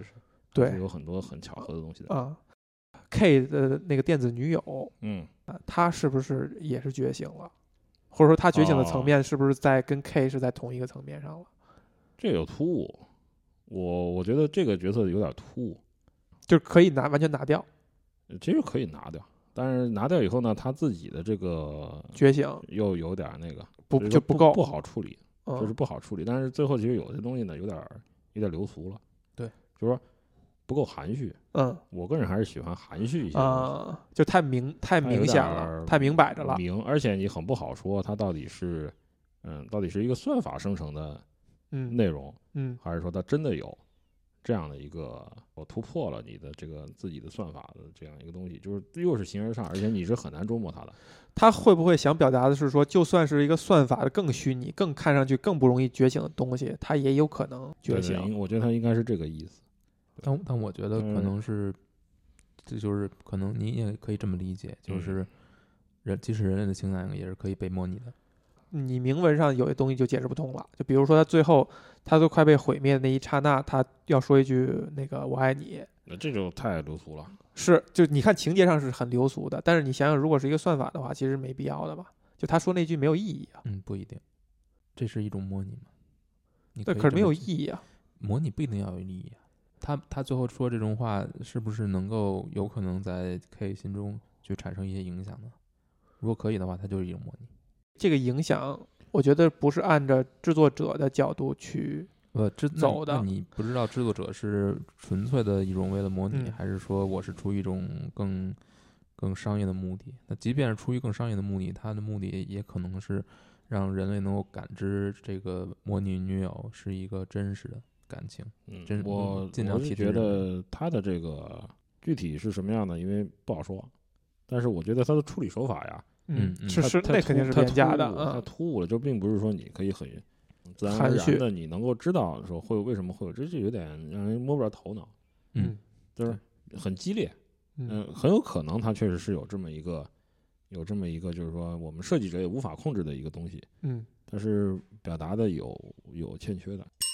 对， 是有很多很巧合的东西的啊。K 的那个电子女友， 嗯， 啊，他是不是也是觉醒了？或者说他觉醒的层面是不是在跟 K 是在同一个层面上了？ 这有突兀，我我觉得这个角色有点突兀， 就是可以拿完全拿掉， 其实可以拿掉，但是拿掉以后呢，他自己的这个觉醒又有点那个不就就不够， 不好处理， 嗯、 就是不好处理。但是最后其实有些东西呢，有点有点流俗了， 对， 就是说不够含蓄。 嗯， 我个人还是喜欢含蓄一些啊、嗯，就太明太明显了，太明摆着了， 明，而且你很不好说它到底是，嗯，到底是一个算法生成的内容， 嗯， 还是说它真的有这样的一个我突破了你的这个自己的算法的这样一个东西，就是又是形而上，而且你是很难捉摸它的。 他会不会想表达的是说，就算是一个算法的更虚拟、更看上去更不容易觉醒的东西，它也有可能觉醒？ 对对，我觉得它应该是这个意思。 但但我觉得可能是，这、嗯、就是可能你也可以这么理解，就是人即使人类的情感也是可以被模拟的。 你明文上有些东西就解释不通了，就比如说他最后他都快被毁灭的那一刹那，他要说一句那个我爱你， 那这就太流俗了。 是，就你看情节上是很流俗的，但是你想想，如果是一个算法的话，其实没必要的吧？就他说那句没有意义啊。 嗯，不一定，这是一种模拟嘛？你对，可是没有意义啊。 模拟不一定要有意义啊。他他最后说这种话，是不是能够有可能在 K 心中去产生一些影响呢？如果可以的话，它就是一种模拟。 这个影响，我觉得不是按照制作者的角度去呃制走的。 那你不知道制作者是纯粹的一种为了模拟， 嗯、 还是说我是出于一种更更商业的目的？那即便是出于更商业的目的，它的目的也可能是让人类能够感知这个模拟女友是一个真实的感情。 嗯， 真我尽量我是觉得他的这个具体是什么样的，因为不好说。但是我觉得他的处理手法呀， 嗯， 嗯是是，那肯定是廉价的， 它嗯， 突兀了，就并不是说你可以很自然而然的你能够知道说会为什么会有，这就有点让人摸不着头脑。 嗯， 就是很激烈，嗯、呃，很有可能它确实是有这么一个有这么一个，就是说我们设计者也无法控制的一个东西， 嗯， 但是表达的有有欠缺的。